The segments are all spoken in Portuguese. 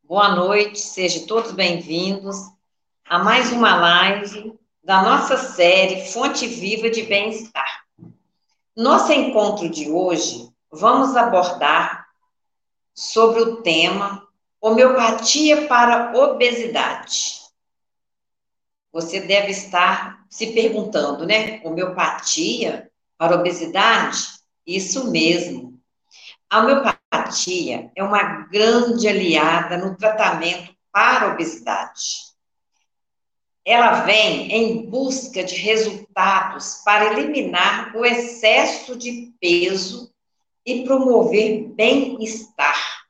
Boa noite, sejam todos bem-vindos a mais uma live da nossa série Fonte Viva de Bem-Estar. Nosso encontro de hoje, vamos abordar sobre o tema homeopatia para obesidade. Você deve estar se perguntando, né? Homeopatia para obesidade? Isso mesmo. A homeopatia é uma grande aliada no tratamento para a obesidade. Ela vem em busca de resultados para eliminar o excesso de peso e promover bem-estar,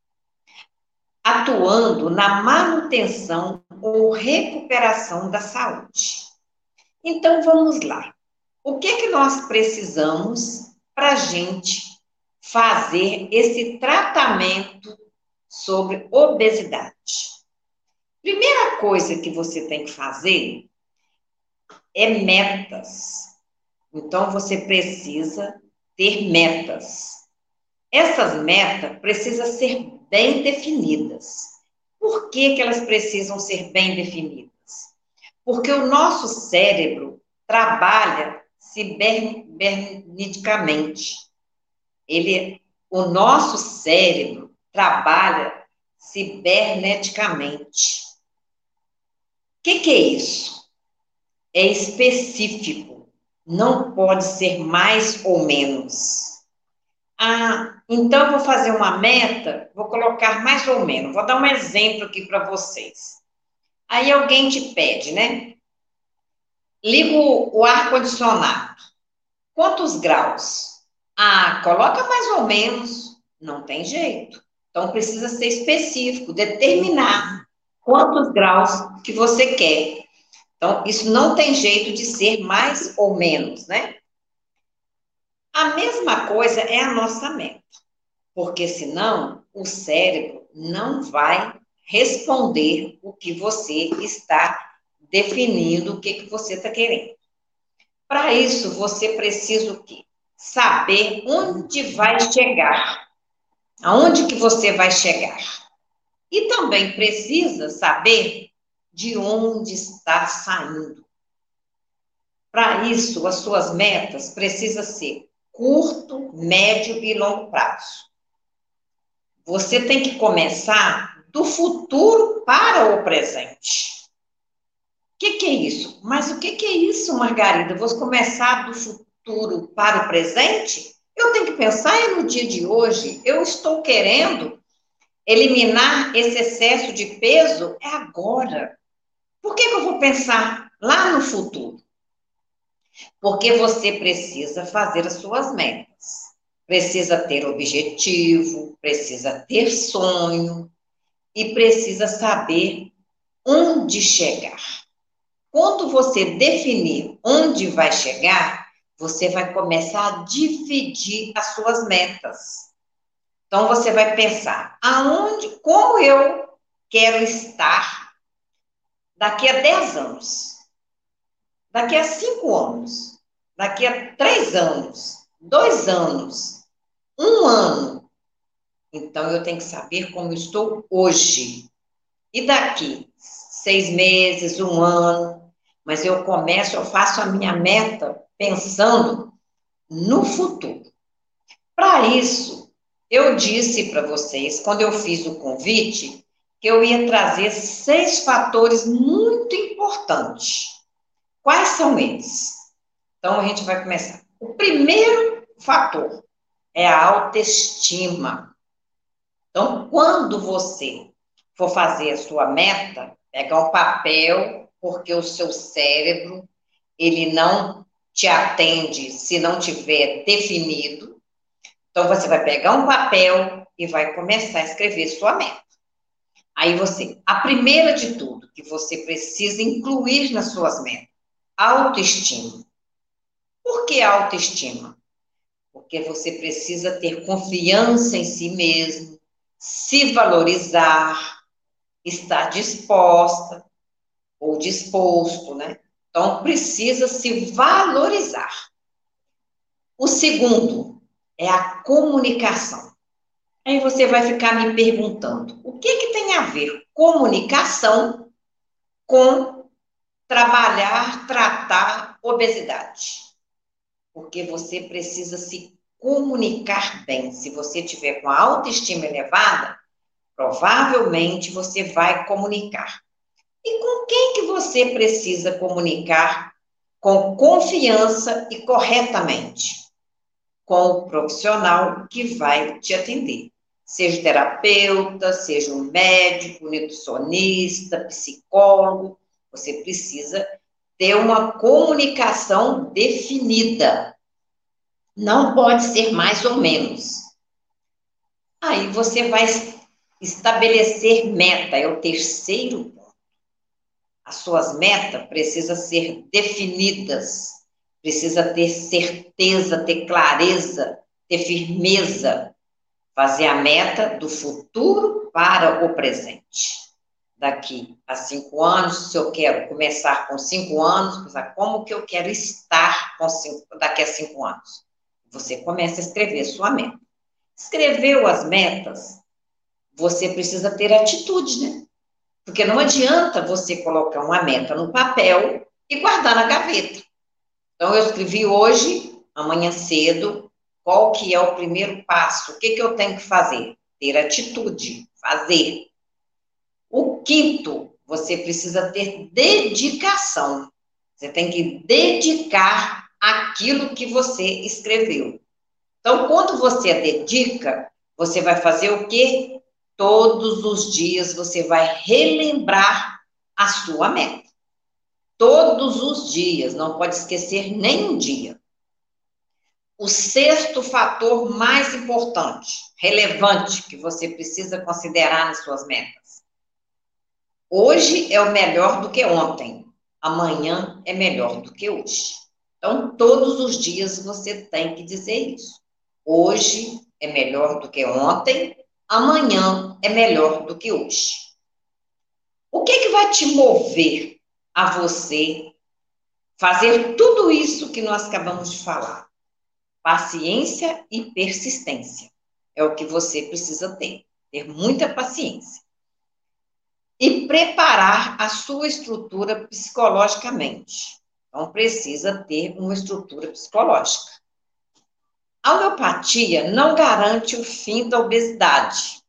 atuando na manutenção ou recuperação da saúde. Então, vamos lá. O que nós precisamos para a gente fazer esse tratamento sobre obesidade? Primeira coisa que você tem que fazer é metas. Então, você precisa ter metas. Essas metas precisam ser bem definidas. Por que elas precisam ser bem definidas? Porque o nosso cérebro trabalha ciberneticamente. O nosso cérebro trabalha ciberneticamente. O que é isso? É específico, não pode ser mais ou menos. Então eu vou fazer uma meta, vou colocar mais ou menos. Vou dar um exemplo aqui para vocês. Aí alguém te pede, né? Liga o ar-condicionado. Quantos graus? Coloca mais ou menos. Não tem jeito. Então precisa ser específico, determinar quantos graus que você quer. Então, isso não tem jeito de ser mais ou menos, né? A mesma coisa é a nossa meta, porque senão o cérebro não vai responder o que você está definindo, o que você está querendo. Para isso, você precisa o quê? Saber onde vai chegar, aonde que você vai chegar. E também precisa saber de onde está saindo. Para isso, as suas metas precisam ser curto, médio e longo prazo. Você tem que começar do futuro para o presente. O que é isso? Mas o que é isso, Margarida? Vou começar do futuro para o presente? Eu tenho que pensar no dia de hoje. Eu estou querendo eliminar esse excesso de peso é agora. Por que eu vou pensar lá no futuro? Porque você precisa fazer as suas metas. Precisa ter objetivo, precisa ter sonho e precisa saber onde chegar. Quando você definir onde vai chegar, você vai começar a dividir as suas metas. Então você vai pensar, como eu quero estar daqui a 10 anos, daqui a 5 anos, daqui a 3 anos, 2 anos, 1 ano. Então, eu tenho que saber como estou hoje. E daqui 6 meses, 1 ano. Mas eu faço a minha meta pensando no futuro. Para isso, eu disse para vocês, quando eu fiz o convite, que eu ia trazer 6 fatores muito importantes. Quais são eles? Então, a gente vai começar. O primeiro fator é a autoestima. Então, quando você for fazer a sua meta, pegar um papel, porque o seu cérebro, ele não te atende se não tiver definido. Então, você vai pegar um papel e vai começar a escrever sua meta. Aí a primeira de tudo que você precisa incluir nas suas metas, autoestima. Por que autoestima? Porque você precisa ter confiança em si mesmo, se valorizar, estar disposta ou disposto, né? Então, precisa se valorizar. O segundo é a comunicação. Aí você vai ficar me perguntando, o que que tem a ver comunicação com trabalhar, tratar obesidade? Porque você precisa se comunicar bem. Se você tiver com a autoestima elevada, provavelmente você vai comunicar. E com quem que você precisa comunicar com confiança e corretamente? Com o profissional que vai te atender. Seja terapeuta, seja um médico, nutricionista, psicólogo, você precisa ter uma comunicação definida. Não pode ser mais ou menos. Aí você vai estabelecer meta, é o terceiro ponto. As suas metas precisam ser definidas, precisa ter certeza, ter clareza, ter firmeza, fazer a meta do futuro para o presente. Daqui a 5 anos, se eu quero começar com 5 anos, pensar como que eu quero estar daqui a 5 anos. Você começa a escrever sua meta. Escreveu as metas, você precisa ter atitude, né? Porque não adianta você colocar uma meta no papel e guardar na gaveta. Então, eu escrevi hoje, amanhã cedo, qual que é o primeiro passo, o que que eu tenho que fazer? Ter atitude, fazer. O quinto, você precisa ter dedicação. Você tem que dedicar aquilo que você escreveu. Então, quando você dedica, você vai fazer o quê? Todos os dias você vai relembrar a sua meta. Todos os dias, não pode esquecer nem um dia. O sexto fator mais importante, relevante, que você precisa considerar nas suas metas. Hoje é o melhor do que ontem. Amanhã é melhor do que hoje. Então, todos os dias você tem que dizer isso. Hoje é melhor do que ontem, amanhã é melhor do que hoje. O que que vai te mover a você fazer tudo isso que nós acabamos de falar? Paciência e persistência. É o que você precisa ter muita paciência. E preparar a sua estrutura psicologicamente. Então, precisa ter uma estrutura psicológica. A homeopatia não garante o fim da obesidade,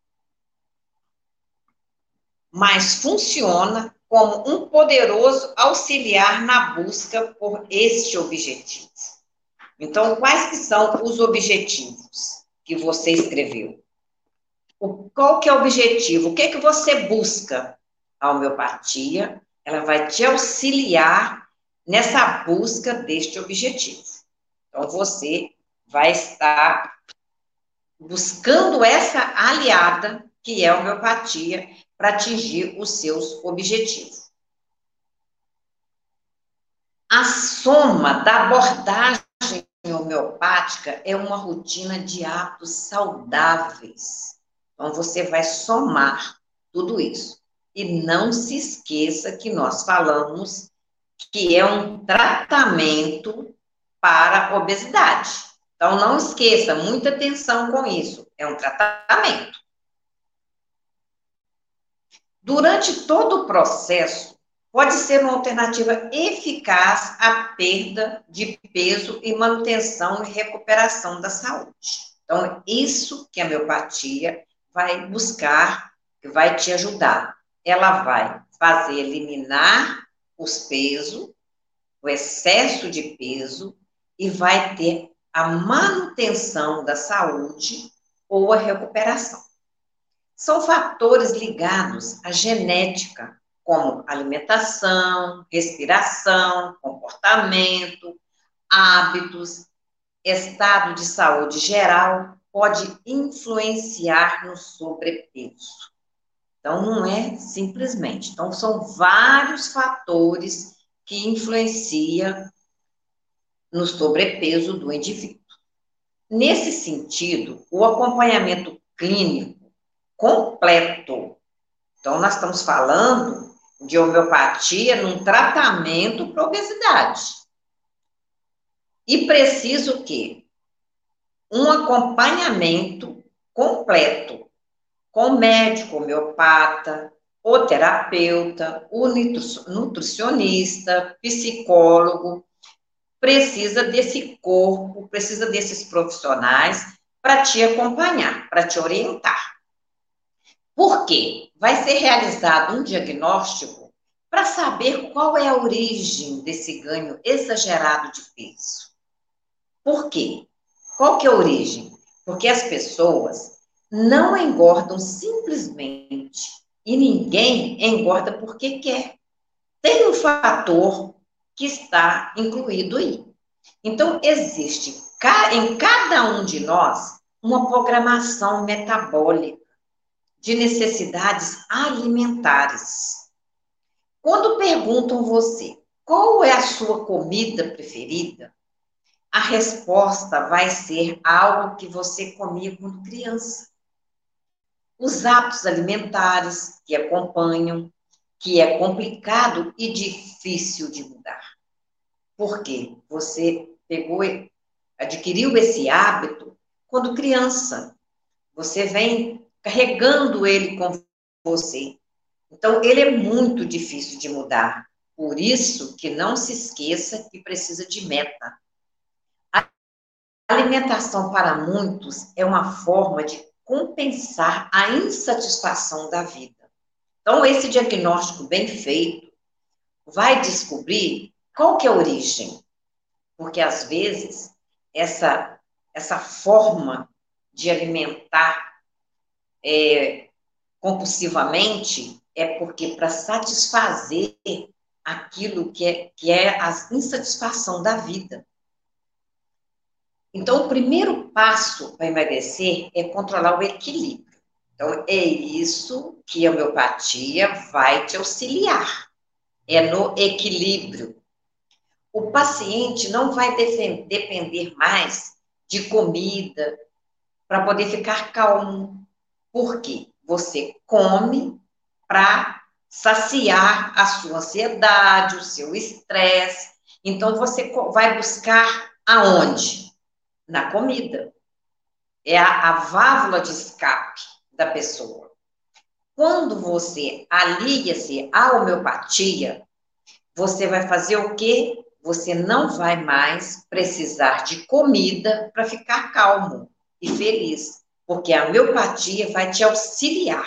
mas funciona como um poderoso auxiliar na busca por este objetivo. Então, quais que são os objetivos que você escreveu? Qual que é o objetivo? O que é que você busca? A homeopatia, ela vai te auxiliar nessa busca deste objetivo. Então, você vai estar buscando essa aliada, que é a homeopatia, para atingir os seus objetivos. A soma da abordagem homeopática é uma rotina de hábitos saudáveis. Então, você vai somar tudo isso. E não se esqueça que nós falamos que é um tratamento para a obesidade. Então, não esqueça, muita atenção com isso. É um tratamento. Durante todo o processo, pode ser uma alternativa eficaz à perda de peso e manutenção e recuperação da saúde. Então, isso que a homeopatia vai buscar, que vai te ajudar. Ela vai fazer eliminar os pesos, o excesso de peso, e vai ter a manutenção da saúde ou a recuperação. São fatores ligados à genética, como alimentação, respiração, comportamento, hábitos, estado de saúde geral, pode influenciar no sobrepeso. Então, não é simplesmente. Então, são vários fatores que influenciam no sobrepeso do indivíduo. Nesse sentido, o acompanhamento clínico completo. Então, nós estamos falando de homeopatia num tratamento para obesidade. E precisa o quê? Um acompanhamento completo, com médico, homeopata, o terapeuta, o nutricionista, psicólogo, precisa desse corpo, precisa desses profissionais para te acompanhar, para te orientar. Por quê? Vai ser realizado um diagnóstico para saber qual é a origem desse ganho exagerado de peso. Por quê? Qual que é a origem? Porque as pessoas não engordam simplesmente e ninguém engorda porque quer. Tem um fator que está incluído aí. Então, existe em cada um de nós uma programação metabólica de necessidades alimentares. Quando perguntam você qual é a sua comida preferida, a resposta vai ser algo que você comia quando criança. Os hábitos alimentares que acompanham, que é complicado e difícil de mudar. Por quê? Você adquiriu esse hábito quando criança. Você vem carregando ele com você. Então, ele é muito difícil de mudar. Por isso que não se esqueça que precisa de meta. A alimentação para muitos é uma forma de compensar a insatisfação da vida. Então, esse diagnóstico bem feito vai descobrir qual que é a origem. Porque, às vezes, essa forma de alimentar compulsivamente é porque para satisfazer aquilo que é a insatisfação da vida. Então, o primeiro passo para emagrecer é controlar o equilíbrio. Então, é isso que a homeopatia vai te auxiliar. É no equilíbrio. O paciente não vai depender mais de comida para poder ficar calmo. Por quê? Você come para saciar a sua ansiedade, o seu estresse. Então, você vai buscar aonde? Na comida. É a válvula de escape da pessoa. Quando você alia-se à homeopatia, você vai fazer o quê? Você não vai mais precisar de comida para ficar calmo e feliz, porque a homeopatia vai te auxiliar.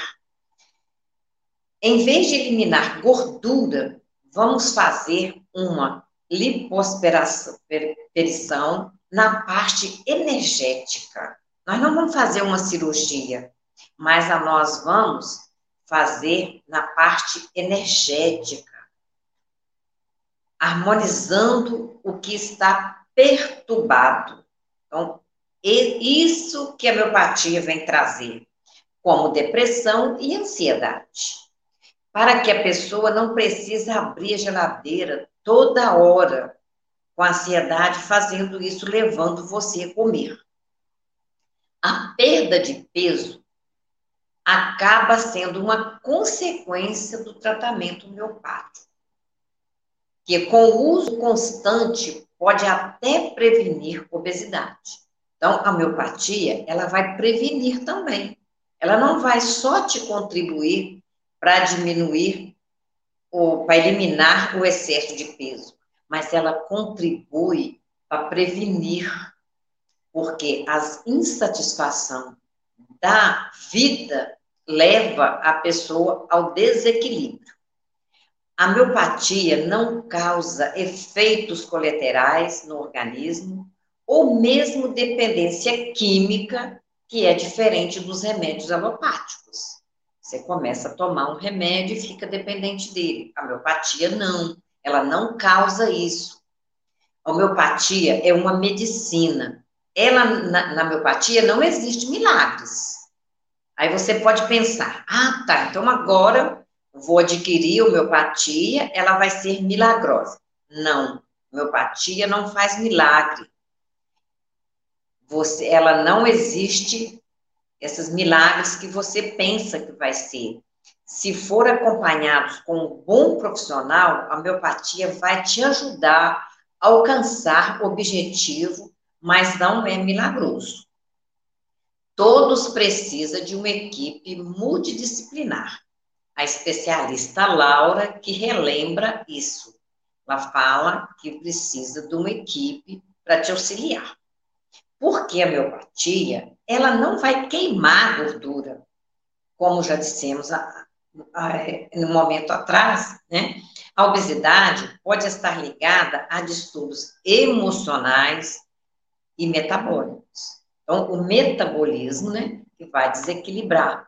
Em vez de eliminar gordura, vamos fazer uma lipoaspiração na parte energética. Nós não vamos fazer uma cirurgia, mas nós vamos fazer na parte energética, harmonizando o que está perturbado. Então, isso que a homeopatia vem trazer, como depressão e ansiedade. Para que a pessoa não precise abrir a geladeira toda hora, com ansiedade, fazendo isso, levando você a comer. A perda de peso acaba sendo uma consequência do tratamento homeopático, que com o uso constante pode até prevenir obesidade. Então, a homeopatia, ela vai prevenir também. Ela não vai só te contribuir para diminuir ou para eliminar o excesso de peso, mas ela contribui para prevenir, porque a insatisfação da vida leva a pessoa ao desequilíbrio. A homeopatia não causa efeitos colaterais no organismo ou mesmo dependência química, que é diferente dos remédios alopáticos. Você começa a tomar um remédio e fica dependente dele. A homeopatia não, ela não causa isso. A homeopatia é uma medicina. Ela, na homeopatia não existe milagres. Aí você pode pensar, tá, então agora vou adquirir homeopatia, ela vai ser milagrosa. Não, homeopatia não faz milagre. Ela não existe esses milagres que você pensa que vai ser. Se for acompanhados com um bom profissional, a homeopatia vai te ajudar a alcançar o objetivo, mas não é milagroso. Todos precisam de uma equipe multidisciplinar. A especialista Laura que relembra isso. Ela fala que precisa de uma equipe para te auxiliar. Porque a miopatia, ela não vai queimar a gordura, como já dissemos no momento atrás, né? A obesidade pode estar ligada a distúrbios emocionais e metabólicos. Então, o metabolismo, né, que vai desequilibrar.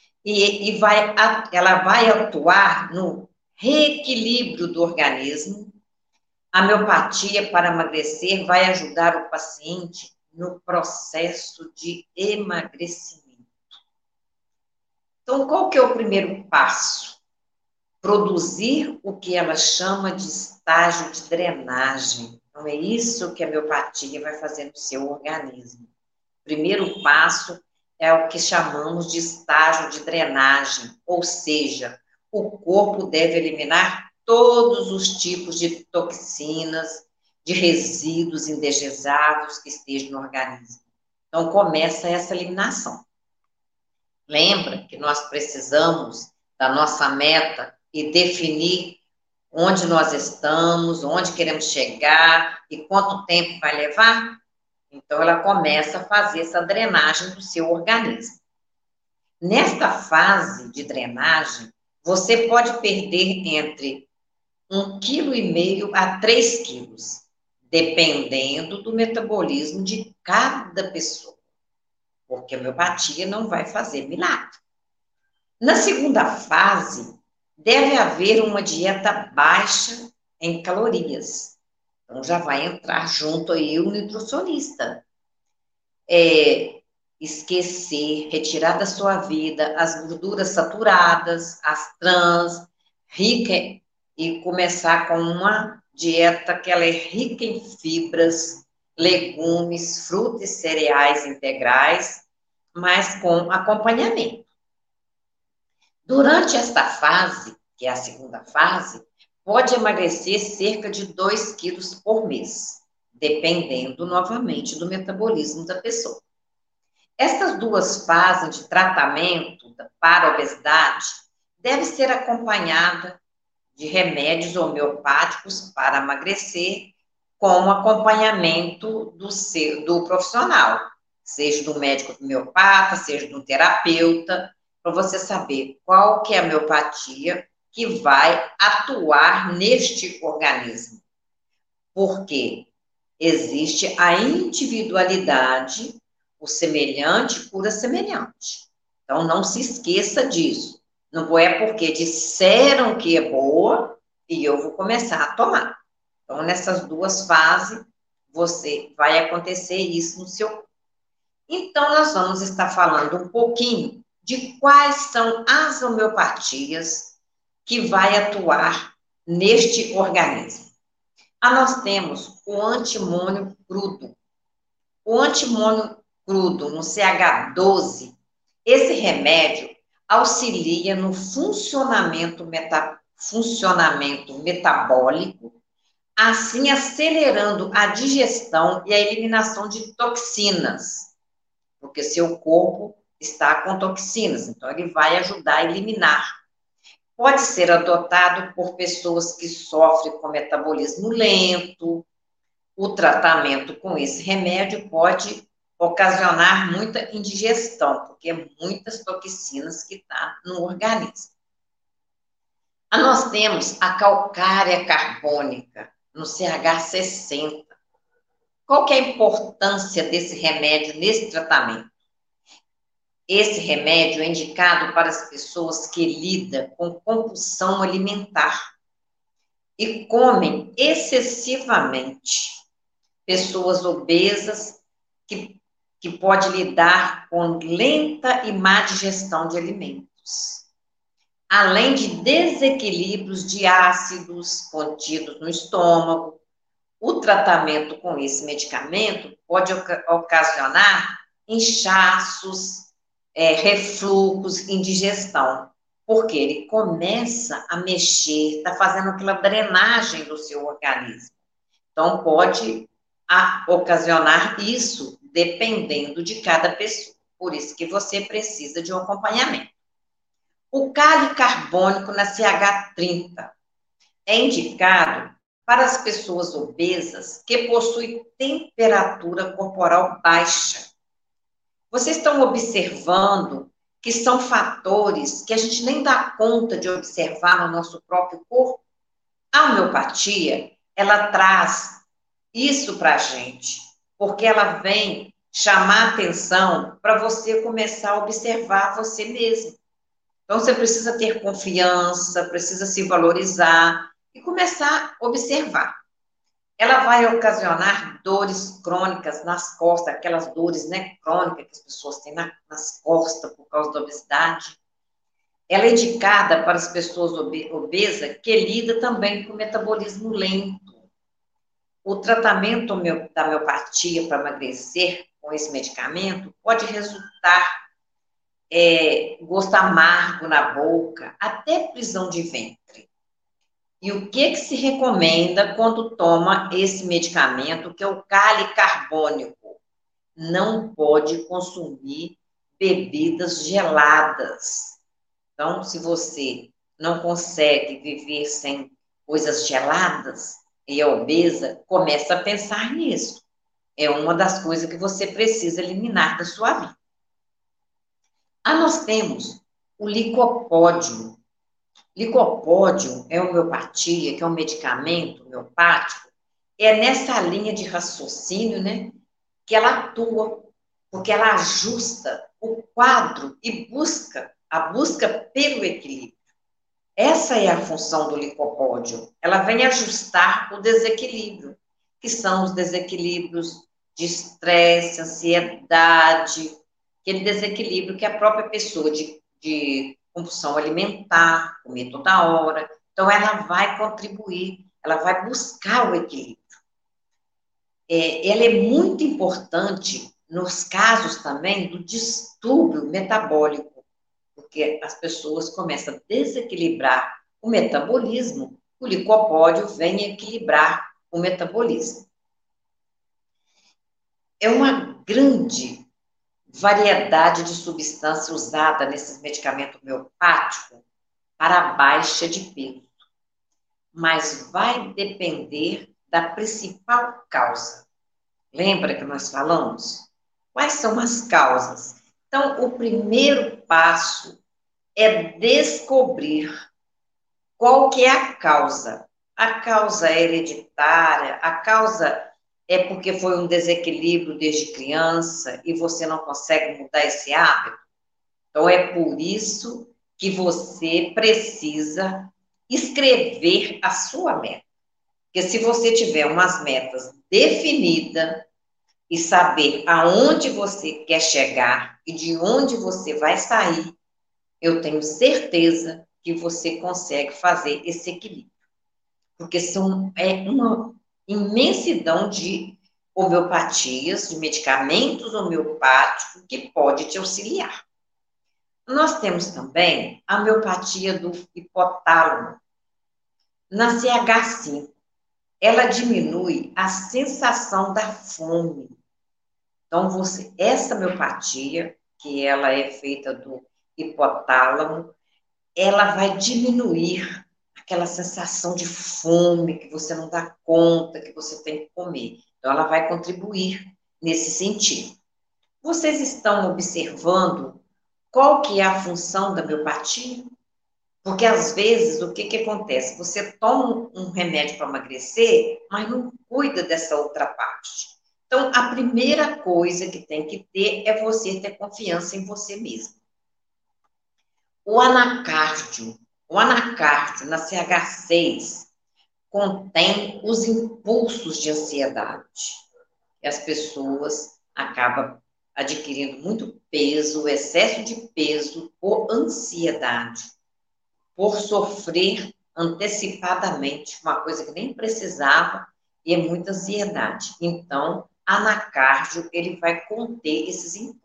Ela vai atuar no reequilíbrio do organismo. A miopatia para emagrecer vai ajudar o paciente no processo de emagrecimento. Então, qual que é o primeiro passo? Produzir o que ela chama de estágio de drenagem. Então, é isso que a miopatia vai fazer no seu organismo. O primeiro passo é o que chamamos de estágio de drenagem, ou seja, o corpo deve eliminar todos os tipos de toxinas, de resíduos indesejáveis que estejam no organismo. Então, começa essa eliminação. Lembra que nós precisamos da nossa meta e definir onde nós estamos, onde queremos chegar e quanto tempo vai levar? Então, ela começa a fazer essa drenagem do seu organismo. Nesta fase de drenagem, você pode perder entre 1,5 kg a 3 quilos, dependendo do metabolismo de cada pessoa, porque a homeopatia não vai fazer milagre. Na segunda fase, deve haver uma dieta baixa em calorias. Então, já vai entrar junto aí o nutricionista. Esquecer, retirar da sua vida as gorduras saturadas, as trans, rica, e começar com uma dieta que ela é rica em fibras, legumes, frutas e cereais integrais, mas com acompanhamento. Durante esta fase, que é a segunda fase, pode emagrecer cerca de 2 quilos por mês, dependendo novamente do metabolismo da pessoa. Estas duas fases de tratamento para a obesidade devem ser acompanhadas de remédios homeopáticos para emagrecer, com acompanhamento do profissional, seja do médico homeopata, seja do terapeuta, para você saber qual que é a homeopatia que vai atuar neste organismo. Porque existe a individualidade, o semelhante cura semelhante. Então, não se esqueça disso. Não é porque disseram que é boa e eu vou começar a tomar. Então, nessas duas fases, vai acontecer isso no seu corpo. Então, nós vamos estar falando um pouquinho de quais são as homeopatias que vai atuar neste organismo. Nós temos o antimônio crudo. O antimônio crudo, no CH12, esse remédio auxilia no funcionamento metabólico, assim acelerando a digestão e a eliminação de toxinas, porque seu corpo está com toxinas, então ele vai ajudar a eliminar. Pode ser adotado por pessoas que sofrem com metabolismo lento. O tratamento com esse remédio pode ocasionar muita indigestão, porque é muitas toxinas que estão no organismo. Nós temos a calcária carbônica, no CH60. Qual que é a importância desse remédio nesse tratamento? Esse remédio é indicado para as pessoas que lidam com compulsão alimentar e comem excessivamente. Pessoas obesas que pode lidar com lenta e má digestão de alimentos. Além de desequilíbrios de ácidos contidos no estômago, o tratamento com esse medicamento pode ocasionar inchaços, refluxos, indigestão, porque ele começa a mexer, está fazendo aquela drenagem do seu organismo. Então, pode ocasionar isso dependendo de cada pessoa. por isso que você precisa de um acompanhamento. O cálcio carbônico na CH30 é indicado para as pessoas obesas que possuem temperatura corporal baixa. Vocês estão observando que são fatores que a gente nem dá conta de observar no nosso próprio corpo? A homeopatia, ela traz isso para a gente, porque ela vem chamar atenção para você começar a observar você mesmo. Então, você precisa ter confiança, precisa se valorizar e começar a observar. Ela vai ocasionar dores crônicas nas costas, aquelas dores, né, crônicas que as pessoas têm nas costas por causa da obesidade. Ela é indicada para as pessoas obesas que lidam também com metabolismo lento. O tratamento da homeopatia para emagrecer com esse medicamento pode resultar gosto amargo na boca, até prisão de ventre. E o que se recomenda quando toma esse medicamento, que é o cálcio carbônico? Não pode consumir bebidas geladas. Então, se você não consegue viver sem coisas geladas e é obesa, começa a pensar nisso. É uma das coisas que você precisa eliminar da sua vida. Nós temos o licopódio. Licopódio é homeopatia, que é um medicamento homeopático, é nessa linha de raciocínio, né, que ela atua, porque ela ajusta o quadro e a busca pelo equilíbrio. Essa é a função do licopódio. Ela vem ajustar o desequilíbrio, que são os desequilíbrios de estresse, ansiedade, aquele desequilíbrio que a própria pessoa de compulsão alimentar, comer toda hora. Então, ela vai contribuir, ela vai buscar o equilíbrio. Ela é muito importante nos casos também do distúrbio metabólico, porque as pessoas começam a desequilibrar o metabolismo, o licopódio vem equilibrar o metabolismo. É uma grande variedade de substância usada nesses medicamentos homeopáticos para a baixa de peso, mas vai depender da principal causa. Lembra que nós falamos? Quais são as causas? Então, o primeiro passo é descobrir qual que é a causa. A causa é hereditária, a causa é porque foi um desequilíbrio desde criança e você não consegue mudar esse hábito. Então, é por isso que você precisa escrever a sua meta. Porque se você tiver umas metas definidas e saber aonde você quer chegar e de onde você vai sair, eu tenho certeza que você consegue fazer esse equilíbrio. Porque é uma imensidão de homeopatias, de medicamentos homeopáticos que pode te auxiliar. Nós temos também a homeopatia do hipotálamo. Na CH5, ela diminui a sensação da fome. Então, essa homeopatia, que ela é feita do hipotálamo, ela vai diminuir aquela sensação de fome, que você não dá conta, que você tem que comer. Então, ela vai contribuir nesse sentido. Vocês estão observando qual que é a função da homeopatia? Porque, às vezes, o que acontece? Você toma um remédio para emagrecer, mas não cuida dessa outra parte. Então, a primeira coisa que tem que ter é você ter confiança em você mesmo. O anacardio na CH6, contém os impulsos de ansiedade. E as pessoas acabam adquirindo muito peso, excesso de peso por ansiedade, por sofrer antecipadamente uma coisa que nem precisava e é muita ansiedade. Então, anacardio, ele vai conter esses impulsos.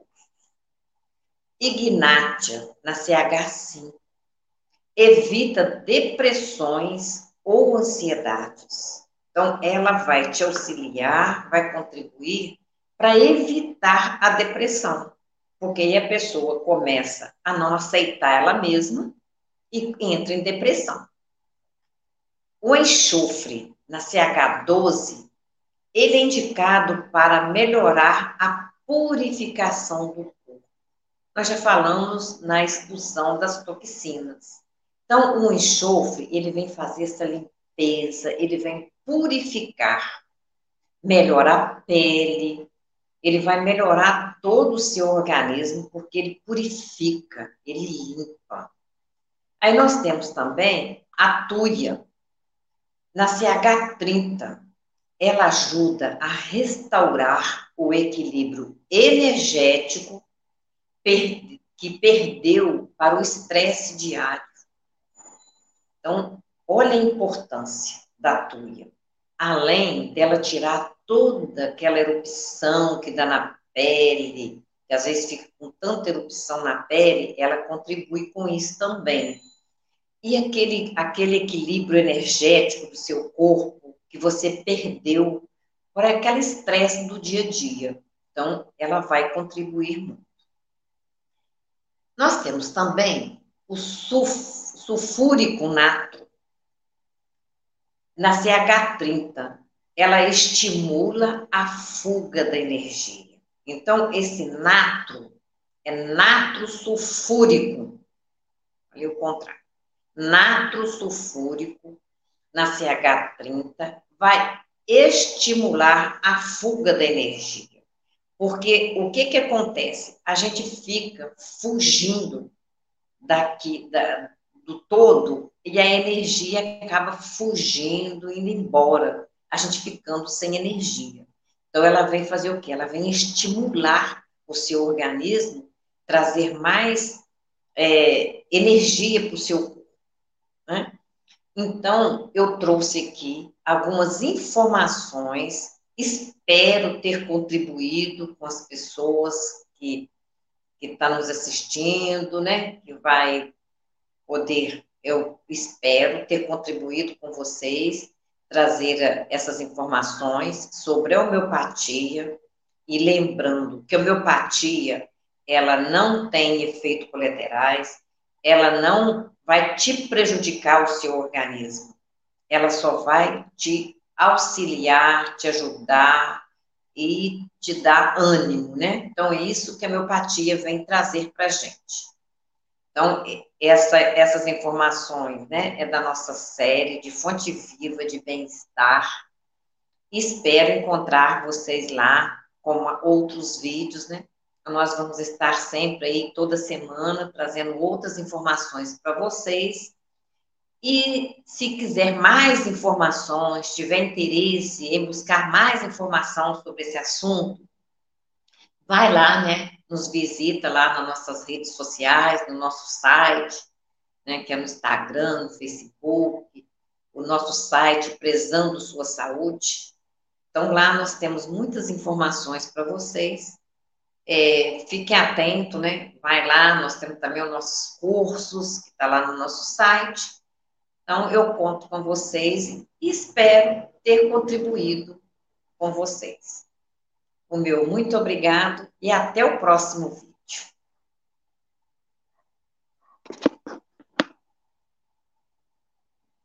Ignátia, na CH5, evita depressões ou ansiedades. Então, ela vai te auxiliar, vai contribuir para evitar a depressão. porque aí a pessoa começa a não aceitar ela mesma e entra em depressão. O enxofre na CH12, ele é indicado para melhorar a purificação do corpo. Nós já falamos na expulsão das toxinas. Então, o enxofre, ele vem fazer essa limpeza, ele vem purificar, melhorar a pele, ele vai melhorar todo o seu organismo, porque ele purifica, ele limpa. Aí nós temos também a tuia, na CH30, ela ajuda a restaurar o equilíbrio energético que perdeu para o estresse diário. Então, olha a importância da tuia. Além dela tirar toda aquela erupção que dá na pele, que às vezes fica com tanta erupção na pele, ela contribui com isso também. E aquele equilíbrio energético do seu corpo que você perdeu por aquele estresse do dia a dia. Então, ela vai contribuir muito. Nós temos também o sulfúrico nato, na CH30. Ela estimula a fuga da energia. Então, esse natro é natro sulfúrico. Ali o contrário. Natro sulfúrico na CH30 vai estimular a fuga da energia. Porque o que acontece? A gente fica fugindo do todo e a energia acaba fugindo, indo embora, a gente ficando sem energia. Então, ela vem fazer o quê? Ela vem estimular o seu organismo, trazer mais energia para o seu corpo, né? Então, eu trouxe aqui algumas informações, espero ter contribuído com as pessoas que estão nos assistindo, né? Que vai poder, eu espero ter contribuído com vocês, trazer essas informações sobre a homeopatia, e lembrando que a homeopatia, ela não tem efeitos colaterais, ela não vai te prejudicar o seu organismo, ela só vai te auxiliar, te ajudar e te dar ânimo, né? Então, é isso que a homeopatia vem trazer para a gente. Então, essas informações, né, é da nossa série de Fonte Viva de Bem-Estar. Espero encontrar vocês lá com outros vídeos, né? Nós vamos estar sempre aí, toda semana, trazendo outras informações para vocês. E se quiser mais informações, tiver interesse em buscar mais informação sobre esse assunto, vai lá, né? Nos visita lá nas nossas redes sociais, no nosso site, né? Que é no Instagram, no Facebook, o nosso site Prezando Sua Saúde. Então, lá nós temos muitas informações para vocês. Fiquem atentos, né? Vai lá, nós temos também os nossos cursos, que está lá no nosso site. Então, eu conto com vocês e espero ter contribuído com vocês. O meu muito obrigado e até o próximo vídeo.